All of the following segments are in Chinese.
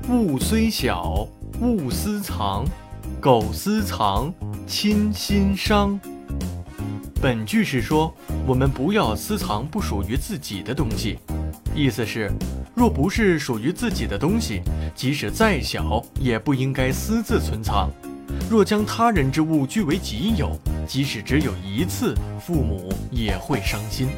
物虽小，勿私藏，苟私藏，亲心伤。本句是说，我们不要私藏不属于自己的东西。意思是，若不是属于自己的东西，即使再小，也不应该私自存藏。若将他人之物据为己有，即使只有一次，父母也会伤心。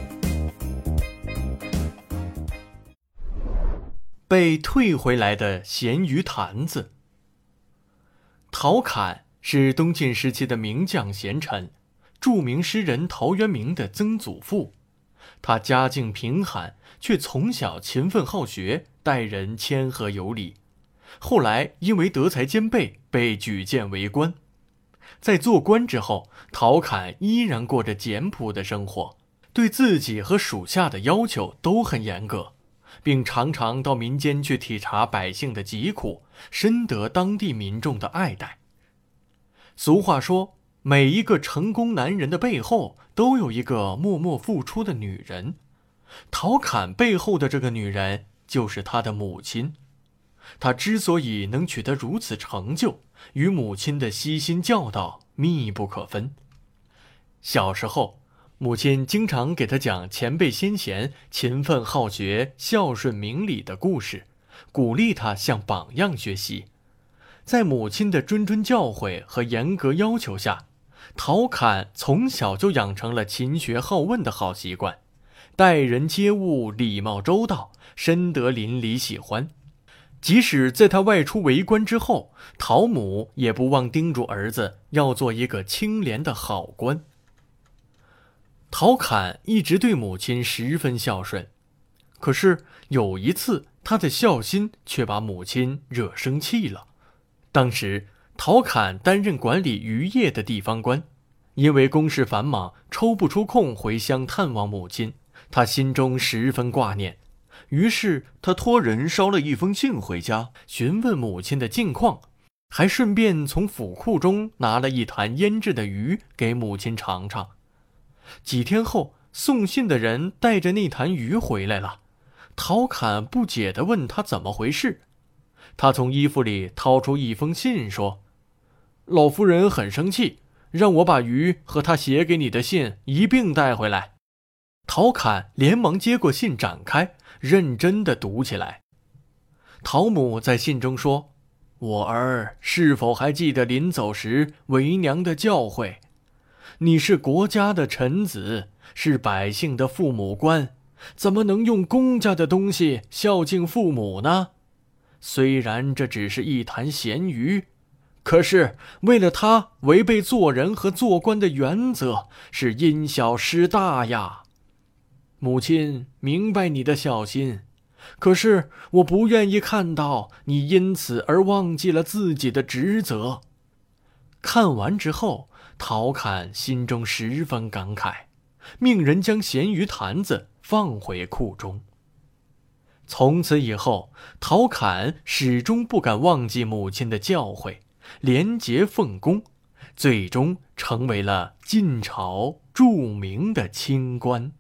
被退回来的咸鱼坛子。陶侃是东晋时期的名将贤臣，著名诗人陶渊明的曾祖父。他家境贫寒，却从小勤奋好学，待人谦和有礼。后来因为德才兼备，被举荐为官。在做官之后，陶侃依然过着简朴的生活，对自己和属下的要求都很严格，并常常到民间去体察百姓的疾苦，深得当地民众的爱戴。俗话说，每一个成功男人的背后都有一个默默付出的女人。陶侃背后的这个女人就是他的母亲。他之所以能取得如此成就，与母亲的悉心教导密不可分。小时候，母亲经常给他讲前辈先贤勤奋好学、孝顺明理的故事，鼓励他向榜样学习。在母亲的谆谆教诲和严格要求下，陶侃从小就养成了勤学好问的好习惯，待人接物礼貌周到，深得邻里喜欢。即使在他外出为官之后，陶母也不忘叮嘱儿子要做一个清廉的好官。陶侃一直对母亲十分孝顺，可是有一次，他的孝心却把母亲惹生气了。当时陶侃担任管理渔业的地方官，因为公事繁忙，抽不出空回乡探望母亲，他心中十分挂念。于是他托人捎了一封信回家，询问母亲的近况，还顺便从府库中拿了一坛腌制的鱼给母亲尝尝。几天后，送信的人带着那坛鱼回来了。陶侃不解地问他怎么回事。他从衣服里掏出一封信说：“老夫人很生气，让我把鱼和他写给你的信一并带回来。”陶侃连忙接过信，展开认真地读起来。陶母在信中说：“我儿是否还记得临走时为娘的教诲？你是国家的臣子，是百姓的父母官，怎么能用公家的东西孝敬父母呢？虽然这只是一坛咸鱼，可是为了它违背做人和做官的原则，是因小失大呀。母亲明白你的孝心，可是我不愿意看到你因此而忘记了自己的职责。”看完之后，陶侃心中十分感慨，命人将咸鱼坛子放回库中。从此以后，陶侃始终不敢忘记母亲的教诲，廉洁奉公，最终成为了晋朝著名的清官。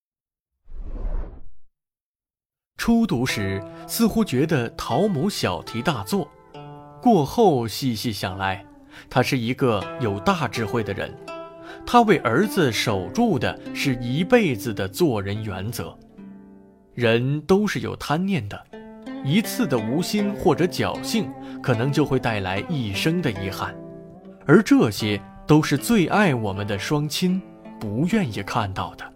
初读时似乎觉得陶母小题大做，过后细细想来，他是一个有大智慧的人。他为儿子守住的是一辈子的做人原则。人都是有贪念的，一次的无心或者侥幸，可能就会带来一生的遗憾，而这些都是最爱我们的双亲不愿意看到的。